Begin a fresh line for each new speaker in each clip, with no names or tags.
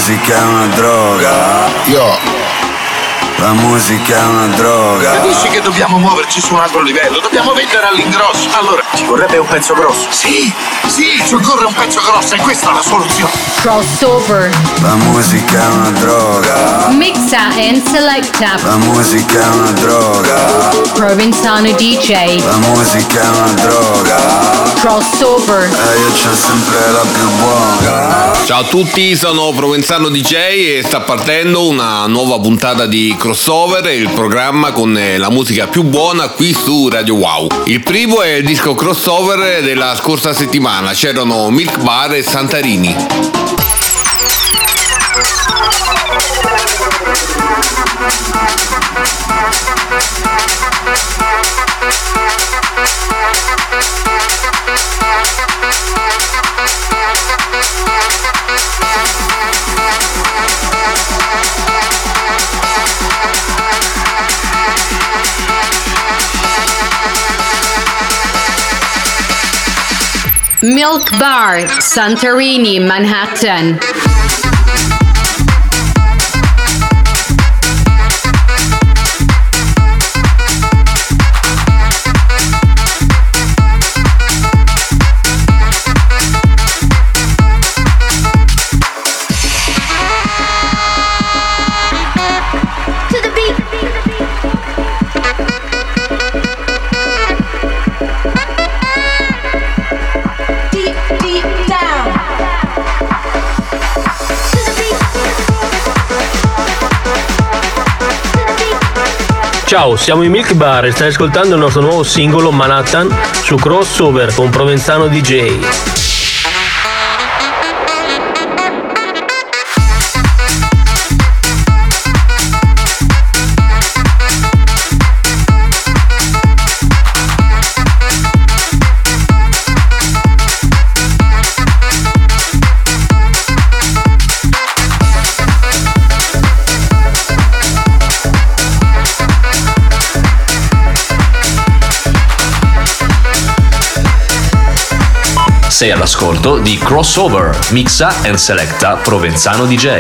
musica è una droga. La musica è una droga.
Capisci che dobbiamo muoverci su un altro livello? Dobbiamo vendere all'ingrosso. Allora, ci vorrebbe un pezzo grosso. Sì, ci occorre un pezzo grosso e questa è la soluzione.
Crossover.
La musica è una droga.
Mixa and selecta.
La musica è una droga.
Provenzano DJ.
La musica è una droga.
Crossover.
Io c'ho sempre la più buona.
Ciao a tutti, sono Provenzano DJ e sta partendo una nuova puntata di Crossover, il programma con la musica più buona qui su Radio Wow. Il primo è il disco Crossover della scorsa settimana, c'erano Milk Bar e Santarini.
Milk Bar, Santorini, Manhattan.
Ciao, siamo i Milk Bar e stai ascoltando il nostro nuovo singolo Manhattan su Crossover con Provenzano DJ.
Sei all'ascolto di Crossover, mixa and selecta Provenzano DJ.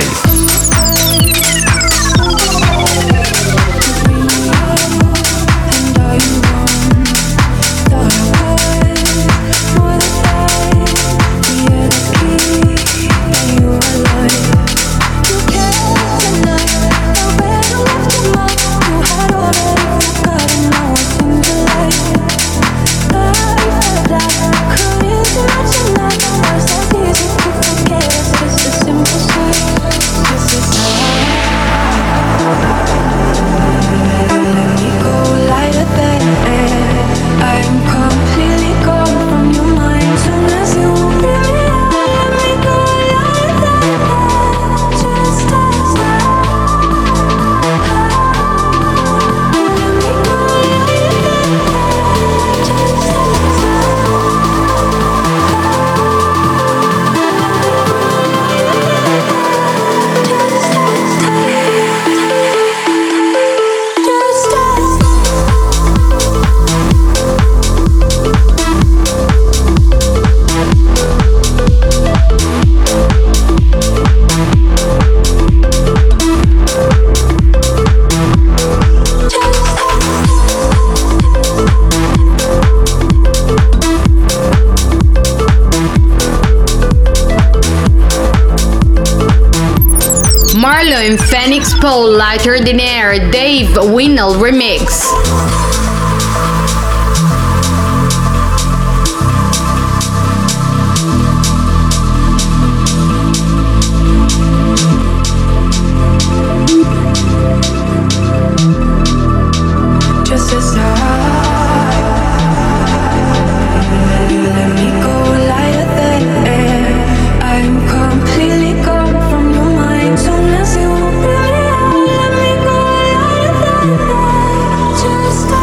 Marlo and Phoenix Paul, Lighter Than Air, Dave Winnell remix.
Just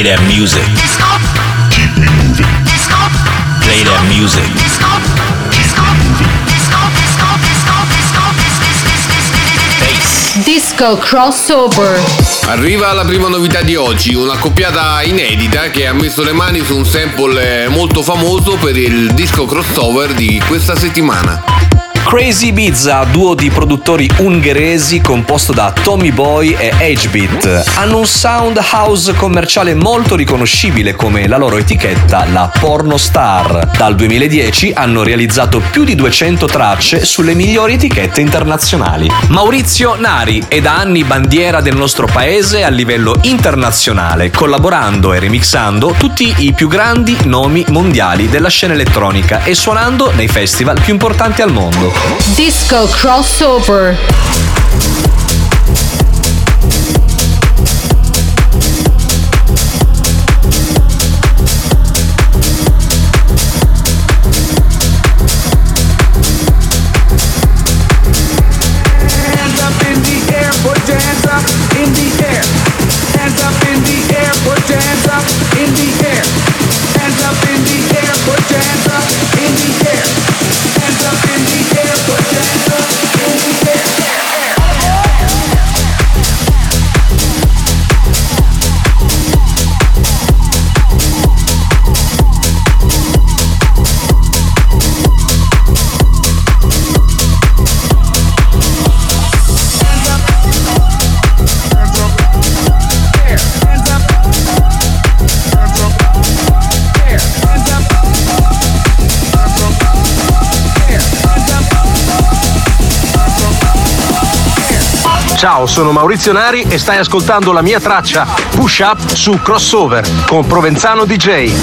Play that music. Play that music.
Disco Crossover.
Arriva la prima novità di oggi, una coppiata inedita che ha messo le mani su un sample molto famoso per il disco crossover di questa settimana.
Crazy Ibiza, duo di produttori ungheresi composto da Tommy Boy e H-Beat. Hanno un sound house commerciale molto riconoscibile come la loro etichetta, la Porno Star. Dal 2010 hanno realizzato più di 200 tracce sulle migliori etichette internazionali. Maurizio Nari è da anni bandiera del nostro paese a livello internazionale, collaborando e remixando tutti i più grandi nomi mondiali della scena elettronica e suonando nei festival più importanti al mondo.
Disco Crossover.
Ciao, sono Maurizio Nari e stai ascoltando la mia traccia Push Up su Crossover con Provenzano DJ.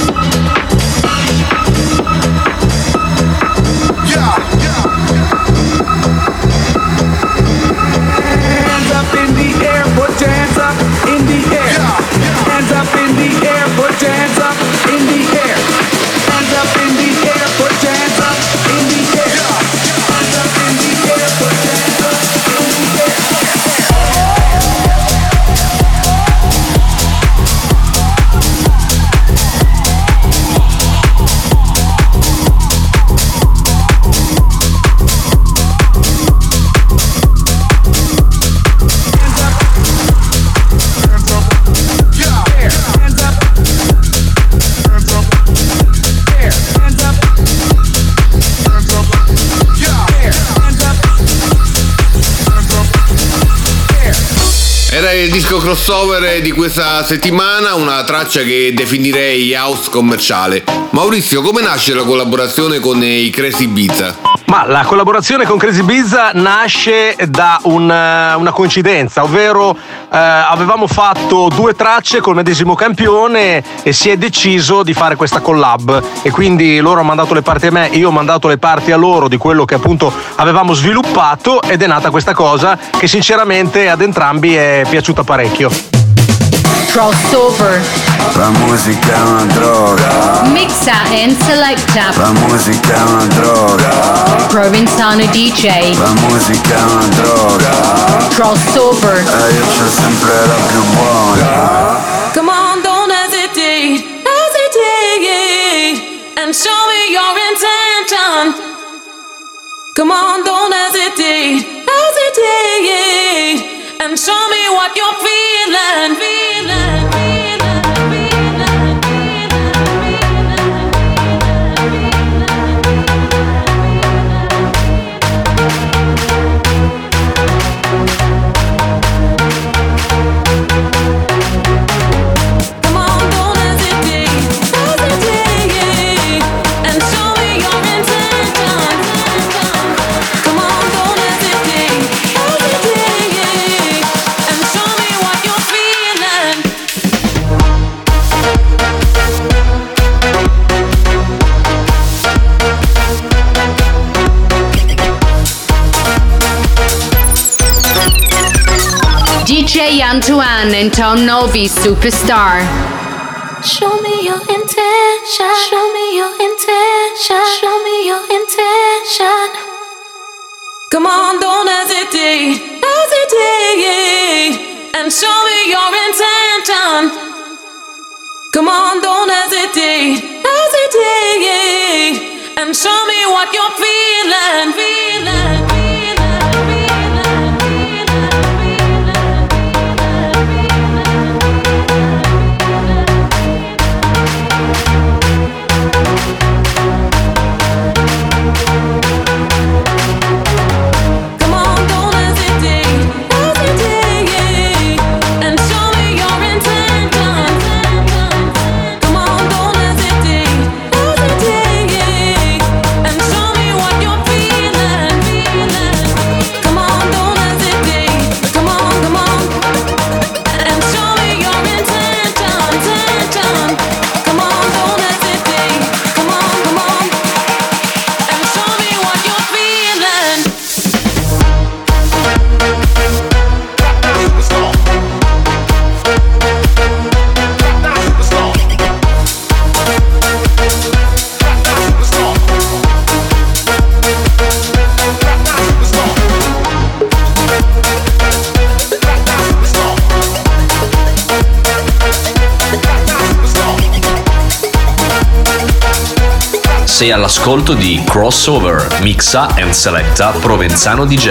Era il disco crossover di questa settimana, una traccia che definirei house commerciale. Maurizio, come nasce la collaborazione con i Crazy Ibiza?
Ma la collaborazione con Crazy Ibiza nasce da una coincidenza, ovvero avevamo fatto 2 tracce col medesimo campione e si è deciso di fare questa collab e quindi loro hanno mandato le parti a me, io ho mandato le parti a loro di quello che appunto avevamo sviluppato ed è nata questa cosa che sinceramente ad entrambi è piaciuta parecchio.
Crossover.
La musica è una droga.
Mixa and selecta.
La musica è una droga.
Provenzano DJ.
La musica è una droga.
Crossover.
E io c'ho sempre la più buona.
Come on, don't hesitate, hesitate, and show me your intention. Come on, don't hesitate, hesitate, and show me what you're feeling, feeling, feeling, feeling, Come on, don't hesitate, hesitate, and show me your intention. Come on, don't hesitate, hesitate, and show me what you're feeling.
DJ Antoine and Tom Novi Superstar.
Show me your intention. Show me your intention. Show me your intention. Come on, don't hesitate, hesitate, and show me your intention. Come on, don't hesitate, hesitate, and show me what you're feeling, feeling.
Sei all'ascolto di Crossover, mixa and selecta Provenzano DJ.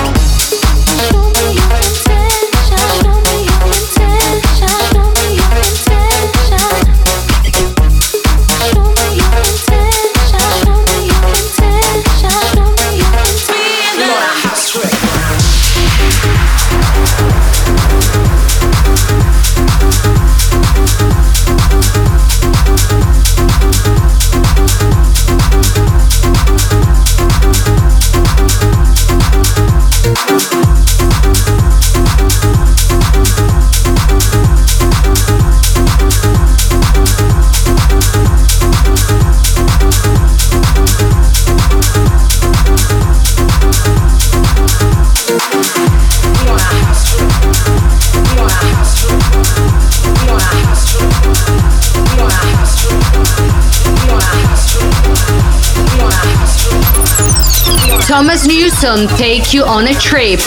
Thomas Newson, Take You on a Trip.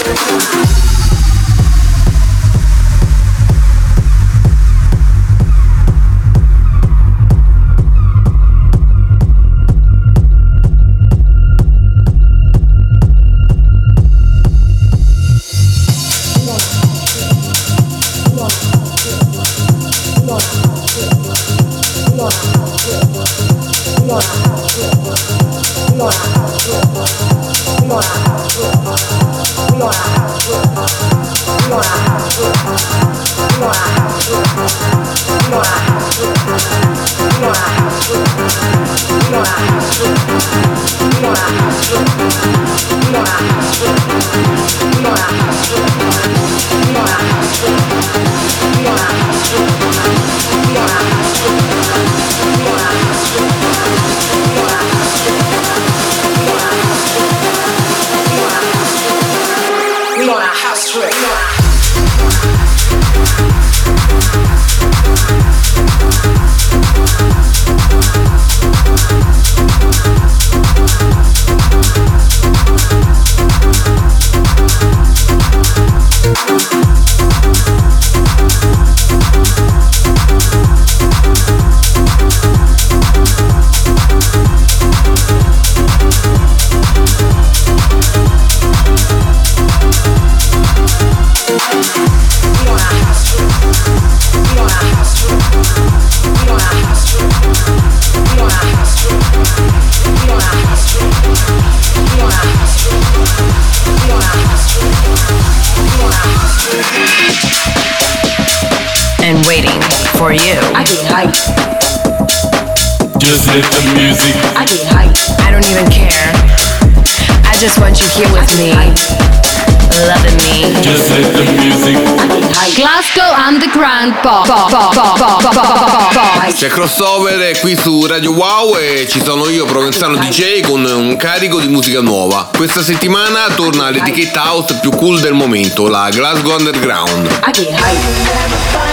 And waiting for you. I get hype.
Just let the music.
I get hype. I don't even care. I just want you here with me, loving me.
Just let the music.
I get hype.
Glasgow Underground Pop.
C'è Crossover qui su Radio Wow e ci sono io, Provenzano DJ, con un carico di musica nuova. Questa settimana torna l'etichetta house più cool del momento, la Glasgow Underground.
I get hype.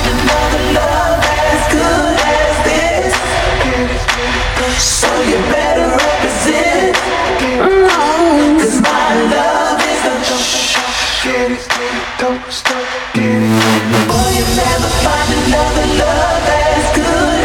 So you better represent, 'cause my love is the don't stop, get it. Boy, you'll never find another love as good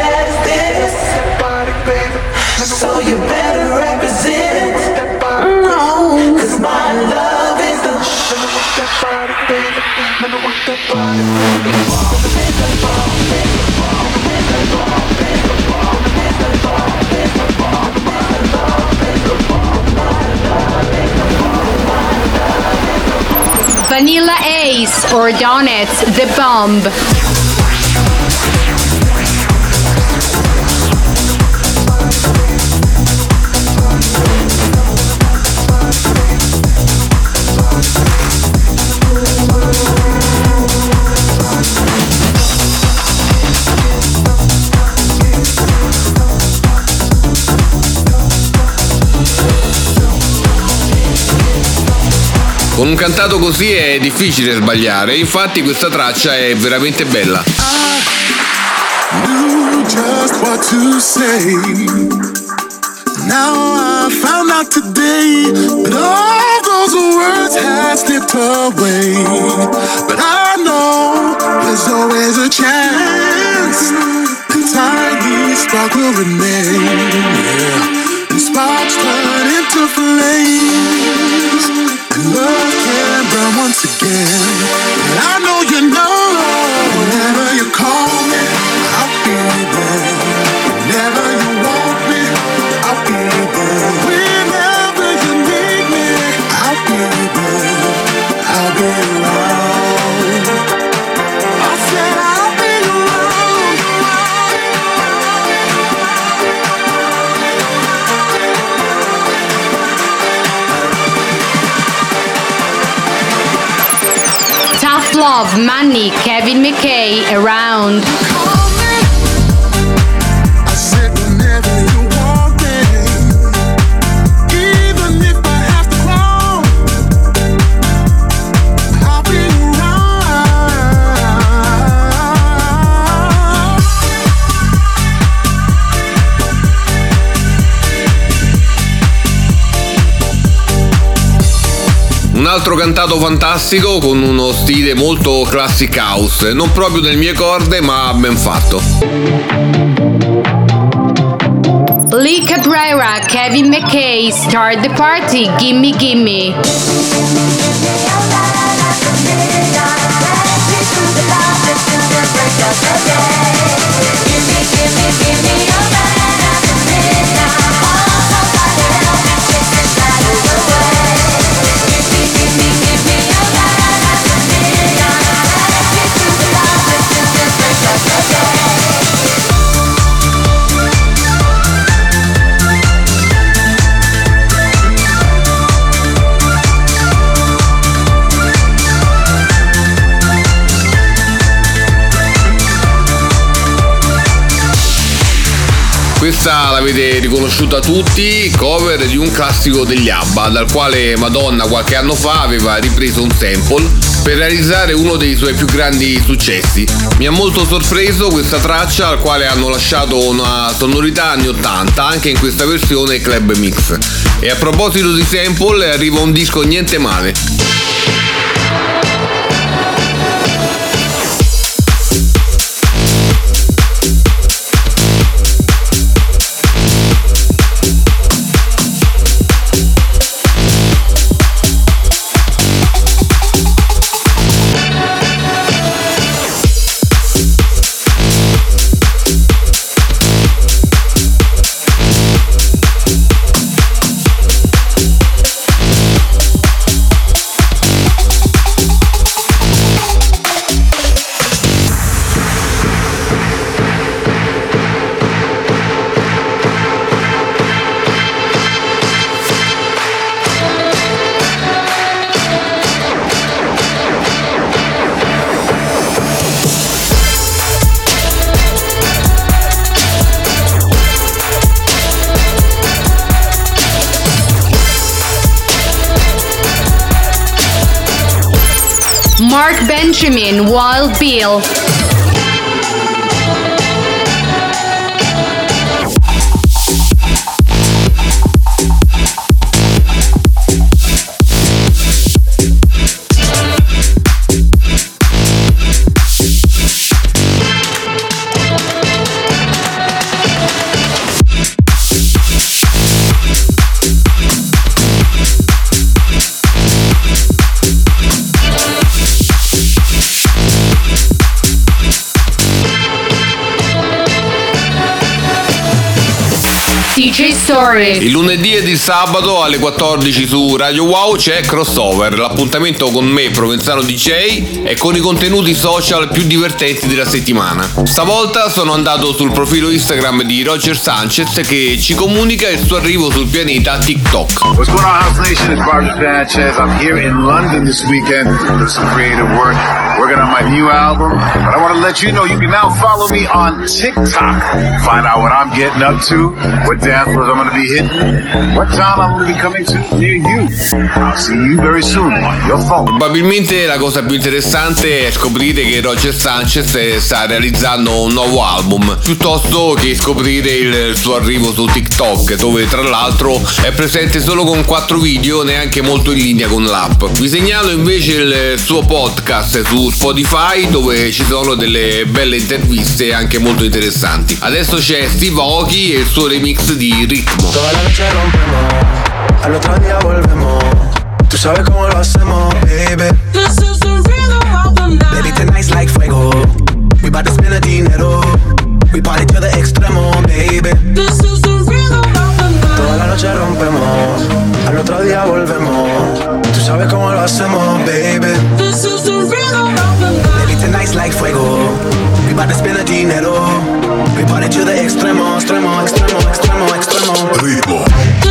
Vanilla Ace or Donuts, The Bomb.
Con un cantato così è difficile sbagliare, infatti questa traccia è veramente bella.
Knew just what to say. Now I found out today that all those words had slipped away. But I know there's always a chance. The tiny spark will remain. Yeah. And sparks turn into flames. And love can burn once again. And I know you know. Whenever you call me, I'll be there. Whenever you want me, I'll be there. Whenever you need me, I'll be there. I'll be around. I said I'll be around.
Tough Love, Money, Kevin McKay, Around.
I said whenever you want me, even if I have to crawl, I'll be around.
Un altro cantato fantastico con uno stile molto classic house, non proprio nelle mie corde ma ben fatto.
Lee Cabrera, Kevin McKay, Start the Party, Gimme Gimme.
Questa l'avete riconosciuta tutti, cover di un classico degli ABBA, dal quale Madonna qualche anno fa aveva ripreso un sample per realizzare uno dei suoi più grandi successi. Mi ha molto sorpreso questa traccia, al quale hanno lasciato una sonorità anni 80 anche in questa versione Club Mix. E a proposito di sample, arriva un disco niente male.
Mark Benjamin, Wild Bill. Magic Story.
Il lunedì ed il sabato alle 14 su Radio Wow c'è Crossover, l'appuntamento con me, Provenzano DJ, e con i contenuti social più divertenti della settimana. Stavolta sono andato sul profilo Instagram di Roger Sanchez che ci comunica il suo arrivo sul pianeta TikTok.
What's going on, House Nation? It's Roger Sanchez. I'm here in London this weekend doing some creative work, working on my new album. But I want to let you know you can now follow me on TikTok. Find out what I'm getting up to, what dance floors I'm going to be hitting, what town I'm going to be coming to near you. I'll see you very soon on your phone.
Probabilmente la cosa più interessante è scoprire che Roger Sanchez sta realizzando un nuovo album, piuttosto che scoprire il suo arrivo su TikTok, dove tra l'altro è presente solo con 4 video, neanche molto in linea con l'app. Vi segnalo invece il suo podcast su Spotify, dove ci sono delle belle interviste anche molto interessanti. Adesso c'è Steve Aoki e il suo remix di Ritmo.
Toda la noche rompemos, al otro día volvemos. Tú sabes cómo lo hacemos, baby.
This is the rhythm of the night.
Baby, tonight's like fuego. We bout to spend the dinero. We party to the extremo, baby.
This is the rhythm of the night.
Toda la noche rompemos, al otro día volvemos. Tú sabes cómo lo hacemos, baby.
This is the rhythm of the night.
Baby, tonight's like fuego. We bout to spend the dinero. We party to the extremo, extremo, extremo, extremo, extremo.
Ritmo.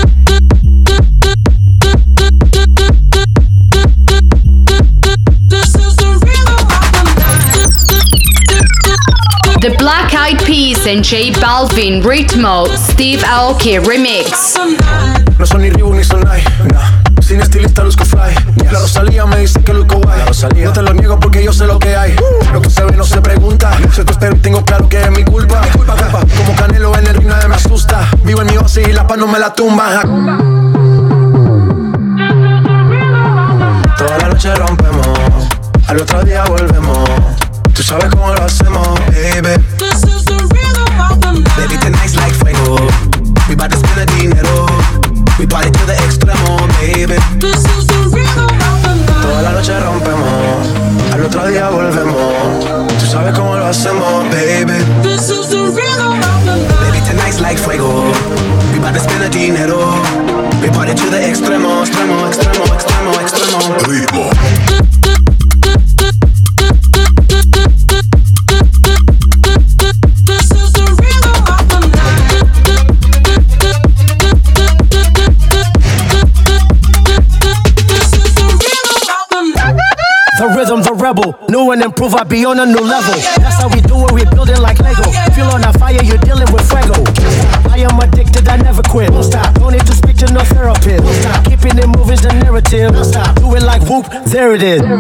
This is the rhythm of the night.
The Black Eyed Peas and J Balvin Ritmo, Steve Aoki remix.
No son ni Reebok ni Sonai, nah. Sin estilista luzco fly. La Rosalía me dice que luzco guay. No te lo niego porque yo sé lo que hay. Lo que se ve no se pregunta. Si tú espero tengo claro que es mi culpa. Como Canelo en el ring nadie me asusta. Vivo en mi oasis y la paz no me la tumba. Toda la noche rompemos, al otro día volvemos. Tú sabes cómo lo hacemos, baby.
This is the rhythm of the night.
Baby, tonight's like fuego. We bout to spend the dinero. We party to the extremo, baby.
This is the rhythm of the night.
Toda la noche rompemos, al otro día volvemos. Tú sabes cómo lo hacemos, baby.
This is the rhythm of the night.
Baby, tonight's like fuego. We bout to spend the dinero. We party to the extremo, extremo, extremo, extremo, extremo.
Ritmo.
This is the rhythm of the night. This is the rhythm of the night.
The rhythm, the rebel, new and improved, I be on a new level. That's how we do it, we build it like Lego. Feel on a fire, you're dealing with fuego. I am addicted, I never quit. Don't stop, don't need to speak to no therapist. Don't stop, keeping it moving's the narrative. Don't stop, do it like whoop, there it is.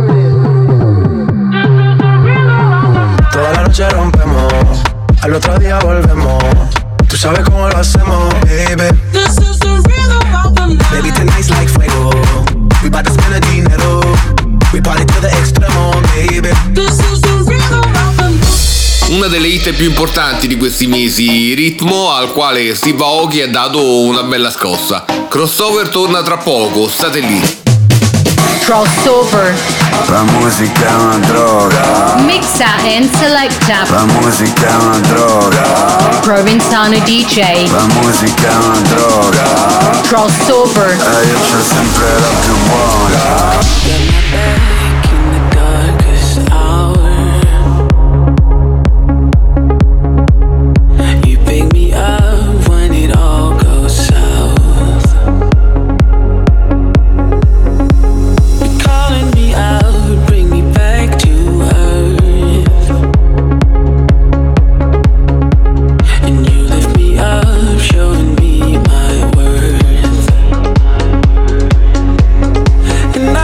Toda la noche rompemos, al otro día volvemos. Tú sabes cómo lo hacemos, baby.
This is the rhythm of the night.
Baby, tonight's like fuego. We bout to spend the dinero. We party to the extremo, baby.
This is the rhythm of the night.
Una delle hit più importanti di questi mesi, Ritmo, al quale Steve Aoki ha dato una bella scossa. Crossover torna tra poco, state lì.
Crossover.
La musica è una droga.
Mixa and selecta.
La musica è una droga.
Provenzano DJ.
La musica è una droga.
Crossover.
E io c'ho sempre la più buona.
And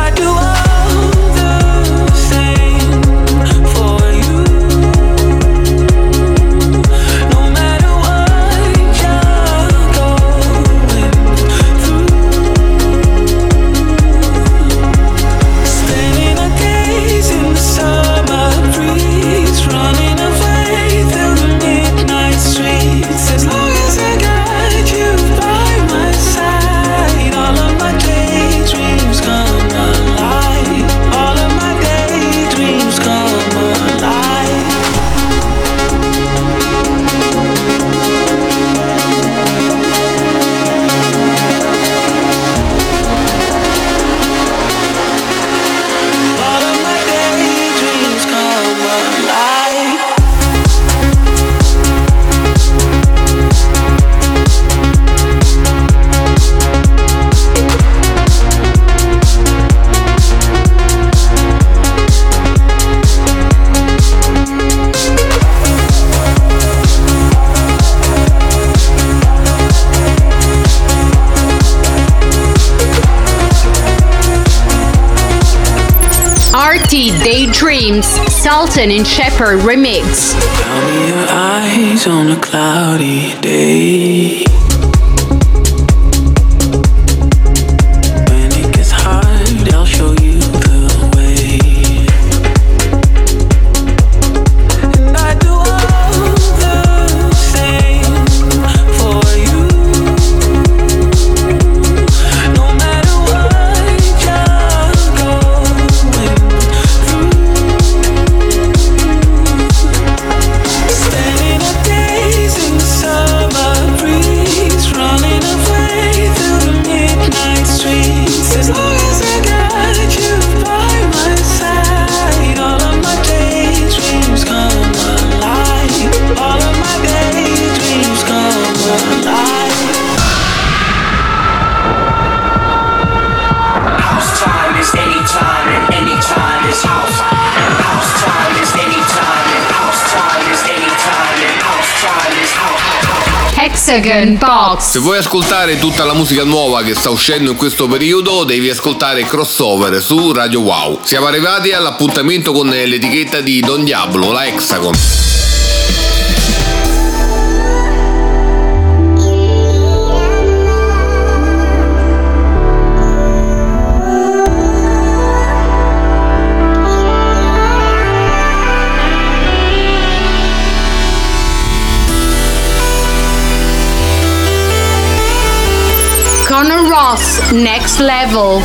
T, Daydreams, Sultan and Shepherd remix.
Tell me your eyes on a cloudy day. When it gets hard, I'll show you the way. And I do all the same for you. No matter what you're going Spending a days in the summer breeze, running away through the midnight streets. As long as I got you by my side, all of my daydreams come alive. All of my daydreams come alive.
House time is anytime, and anytime is house. House time is anytime, and house time is anytime, and house time is house.
Hexagon Box.
Se vuoi ascoltare tutta la musica nuova che sta uscendo in questo periodo, devi ascoltare Crossover su Radio Wow. Siamo arrivati all'appuntamento con l'etichetta di Don Diablo, la Hexagon.
Conor Ross, Next Level.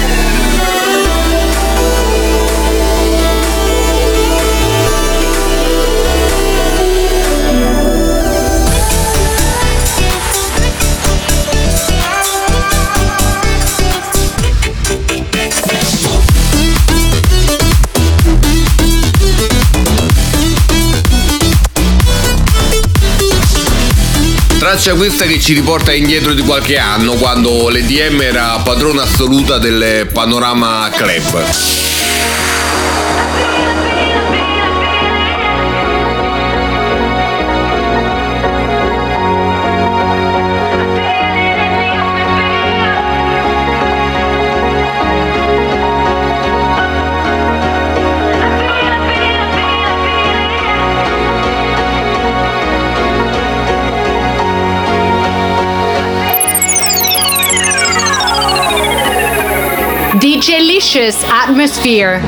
Traccia questa che ci riporta indietro di qualche anno, quando l'EDM era padrona assoluta del panorama club.
DJ Licious, Atmosphere.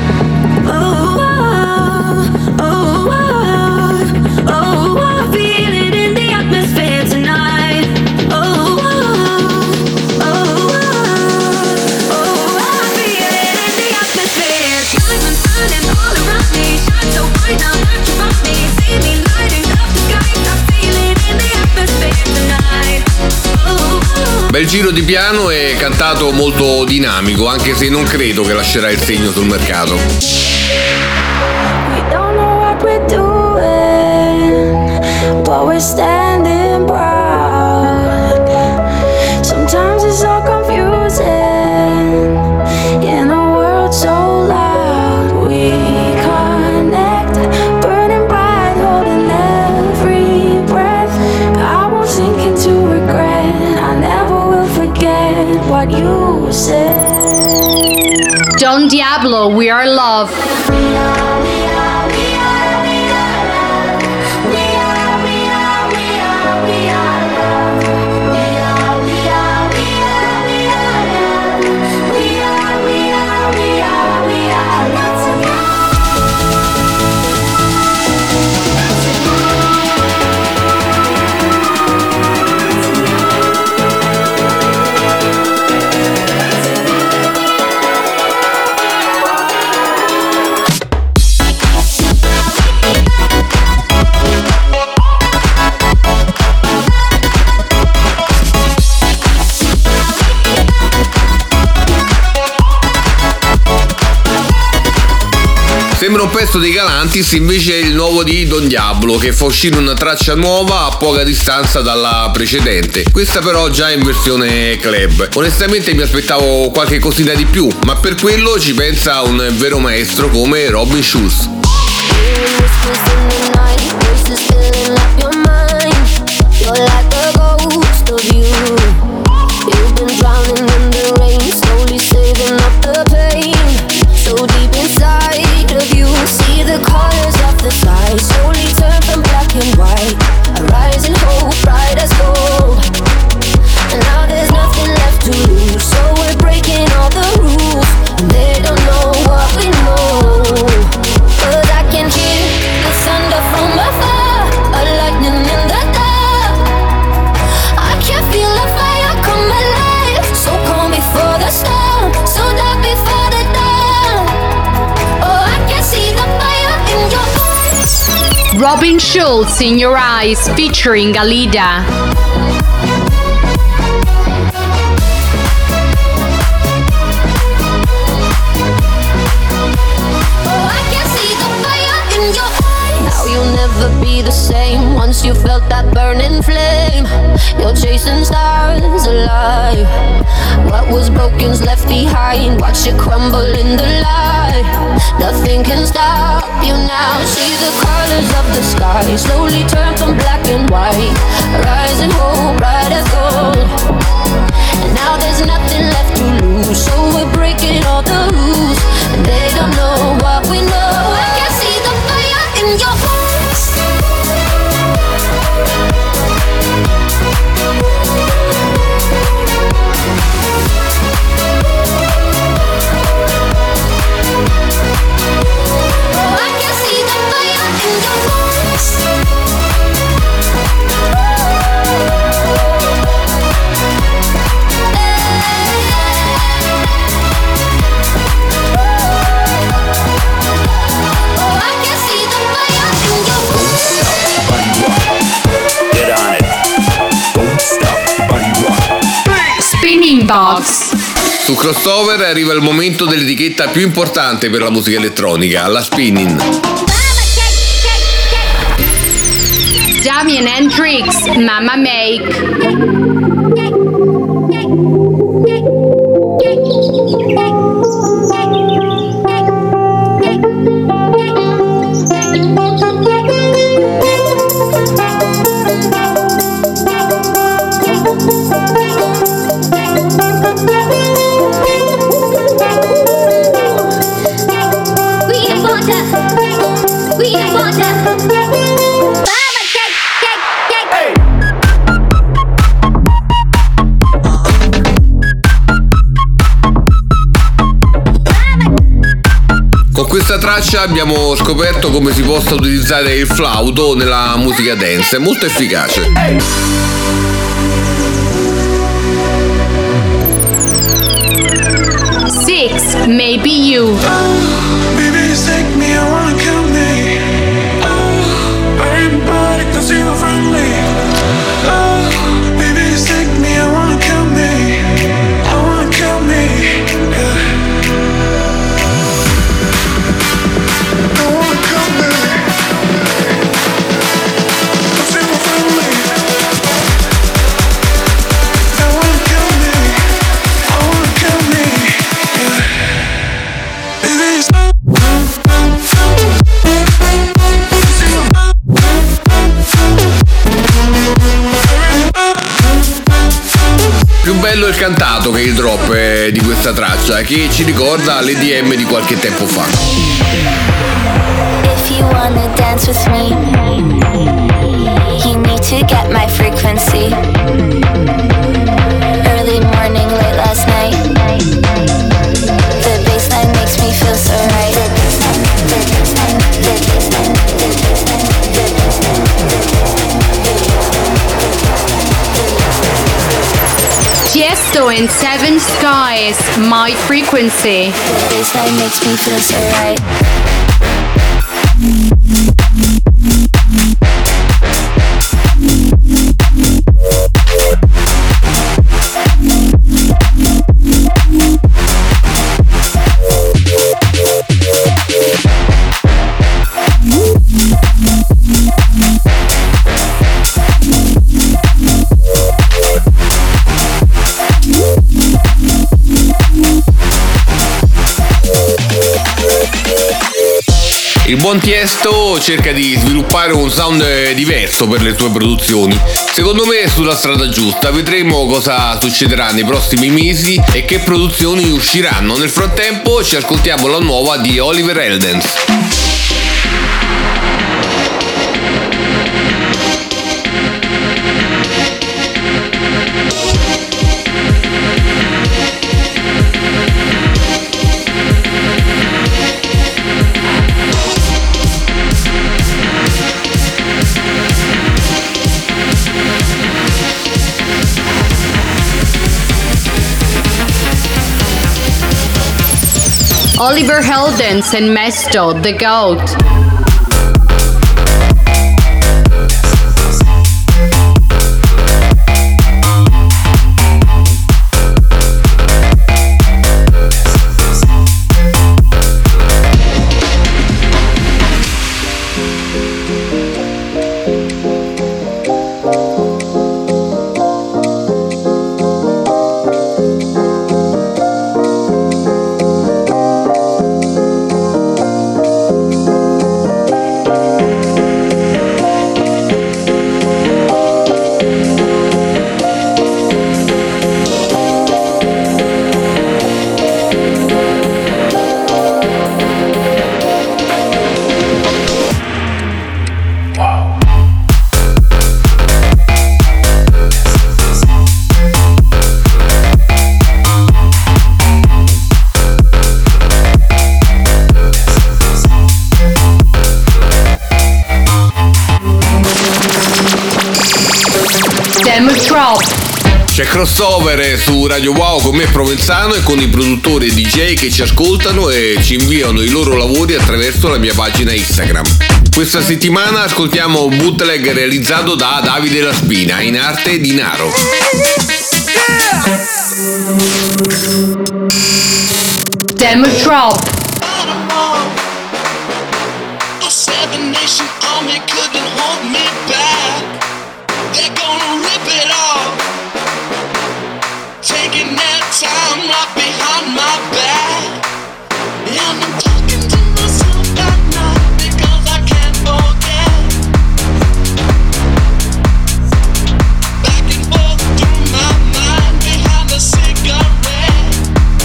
Bel giro di piano e cantato molto dinamico, anche se non credo che lascerà il segno sul mercato.
We don't know what we're doing, but we're standing proud. Sometimes it's so confusing in a world so loud. We connect, burning bright, holding every breath. I won't sink into regret. I never will forget what you said.
Don Diablo, We Are Love.
Sembra un pezzo dei Galantis, invece è il nuovo di Don Diablo, che fa uscire una traccia nuova a poca distanza dalla precedente. Questa però già in versione club. Onestamente mi aspettavo qualche cosina di più, ma per quello ci pensa un vero maestro come Robin Schulz.
Slowly saving up the pain, so deep inside of you.
Robin Schulz, In Your Eyes, featuring Alida.
You'll never be the same once you felt that burning flame. You're chasing stars alive. What was broken's left behind. Watch it crumble in the light. Nothing can stop you now. See the colors of the sky slowly turn from black and white. Rising hope, bright as gold. And now there's nothing left to lose. So we're breaking all the rules. And they don't know what we know. I can see the fire in your eyes.
Spinning Box.
Su Crossover arriva il momento dell'etichetta più importante per la musica elettronica, la Spinning.
Damien Hendrix, Mama Make.
Con questa traccia abbiamo scoperto come si possa utilizzare il flauto nella musica dance, è molto efficace.
6, Maybe You.
Baby, just take me, I wanna kill me. Everybody can see the friendly. Baby, just take me, I wanna kill me. I wanna kill me. I wanna kill me. Don't see the friendly. I wanna kill me. I wanna kill me. Baby, just
Più bello il cantato che il drop di questa traccia, che ci ricorda l'EDM di qualche tempo fa.
If you wanna dance with me, you need to get my frequency. Early morning, late last night. The bassline makes me feel so right.
Tiesto and Seven Skies, My Frequency.
The bassline makes me feel so right.
Il buon Tiesto cerca di sviluppare un sound diverso per le sue produzioni. Secondo me è sulla strada giusta, vedremo cosa succederà nei prossimi mesi e che produzioni usciranno. Nel frattempo ci ascoltiamo la nuova di Oliver Heldens.
Oliver Heldens and Mesto, The Goat.
C'è Crossover su Radio Wow con me Provenzano e con i produttori e DJ che ci ascoltano e ci inviano i loro lavori attraverso la mia pagina Instagram. Questa settimana ascoltiamo un bootleg realizzato da Davide La Spina, in arte Dinaro.
Demo drop.
Seven Nation Army couldn't hold me back. They're gonna rip it off, taking their time right behind my back. And I'm talking to myself at night because I can't forget. Back and forth through my mind behind a cigarette.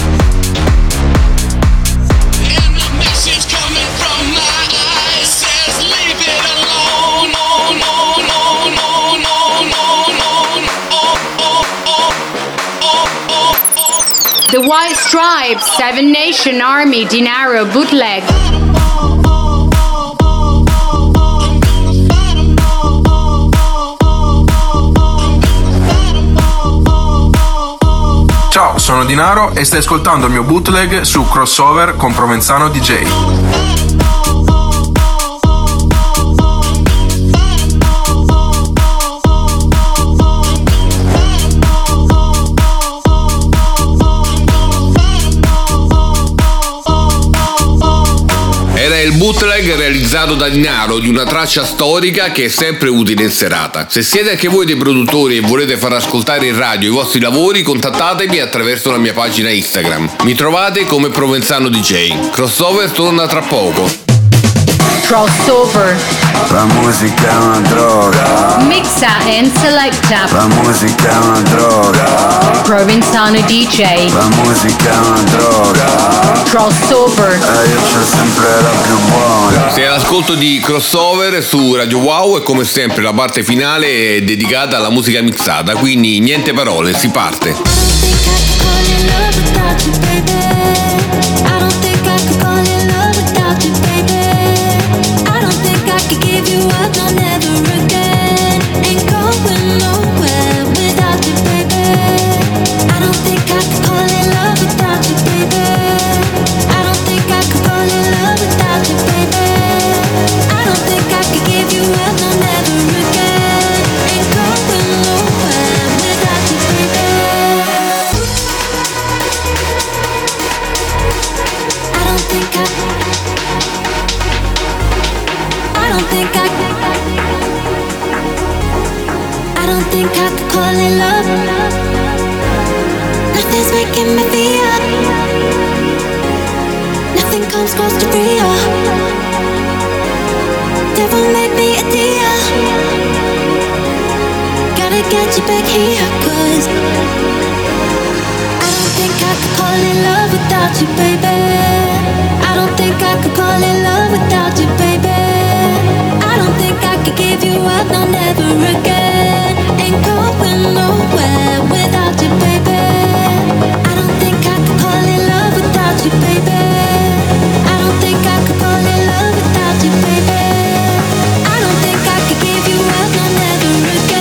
And the message coming from my eyes says leave it alone. Oh, no, no, no, no, no, no, no. Oh, oh, oh, oh, oh, oh.
The White Stripes, Seven Nation Army, Dinaro bootleg.
Ciao, sono Dinaro e stai ascoltando il mio bootleg su Crossover con Provenzano DJ.
Era il bootleg realizzato da Dinaro di una traccia storica che è sempre utile in serata. Se siete anche voi dei produttori e volete far ascoltare in radio i vostri lavori, contattatemi attraverso la mia pagina Instagram. Mi trovate come Provenzano DJ. Crossover torna tra poco.
Crossover.
La musica è una droga.
Mixa and selecta.
La musica è una droga.
Provenzano DJ.
La musica è una droga.
Crossover.
Io c'ho sempre la più buona.
Sei all'ascolto di Crossover su Radio Wow e come sempre la parte finale è dedicata alla musica mixata, quindi niente parole, si parte.
Get you back here, 'cause I don't think I could call it love without you, baby. I don't think I could call it love without you, baby. I don't think I could give you up, no, never again. Ain't going nowhere without you, baby. I don't think I could call it love without you, baby. I don't think I could call it love without you, baby. I don't think I could give you up, no, never again.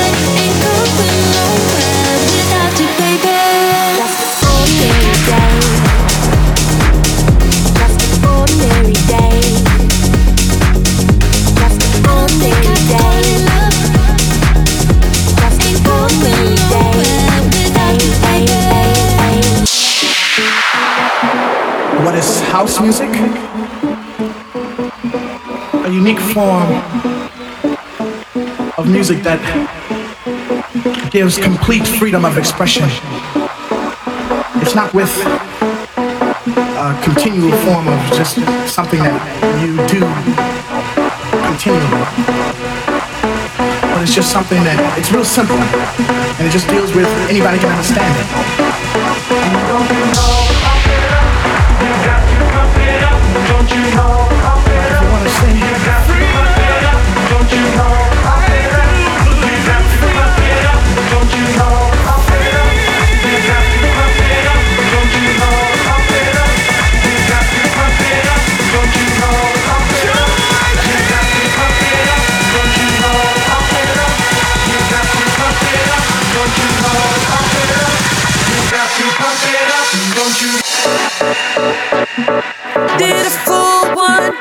What is house music? A unique form of music that gives complete freedom of expression. It's not with a continual form of just something that you do continually, but it's just something that, it's real simple, and it just deals with, anybody can understand it. Don't you know? If you wanna sing, you got to pump it up. Don't you know? You got to pump it up. Don't you know? You got to pump it up. Don't you know? You got to pump it up. Don't you know? You got to pump it up. Don't you know? You got to pump it up. Don't you know?
Beautiful one.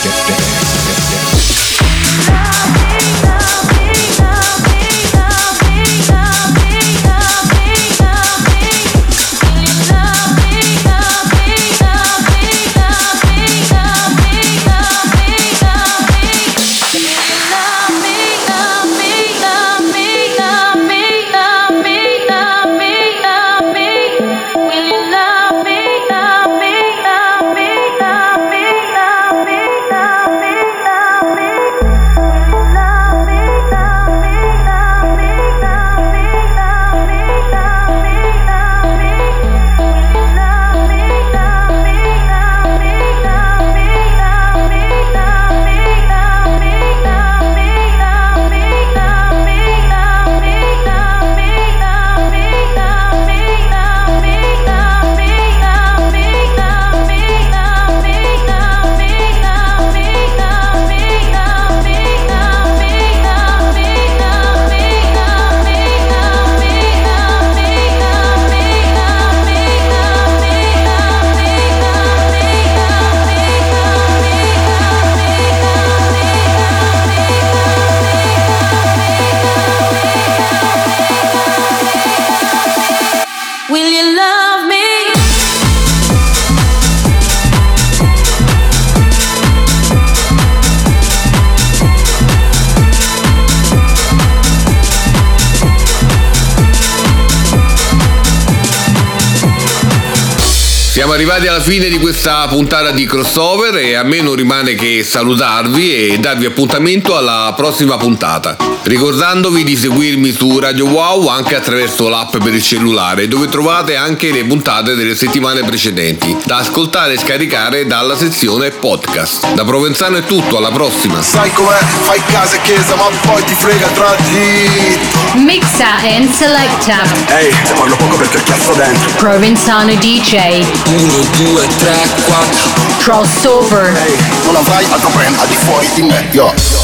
Love me, love me, love me, love me.
Siamo arrivati alla fine di questa puntata di Crossover e a me non rimane che salutarvi e darvi appuntamento alla prossima puntata. Ricordandovi di seguirmi su Radio Wow anche attraverso l'app per il cellulare, dove trovate anche le puntate delle settimane precedenti, da ascoltare e scaricare dalla sezione podcast. Da Provenzano è tutto, alla prossima.
Sai com'è? Fai casa e chiesa ma poi ti frega tra di.
Mixa and selecta.
Ehi, te parlo poco perché ho chiasso dentro.
Provenzano DJ.
1, 2, 3, 4.
Crossover.
Ehi, non avrai altro brand al di fuori di me, yo.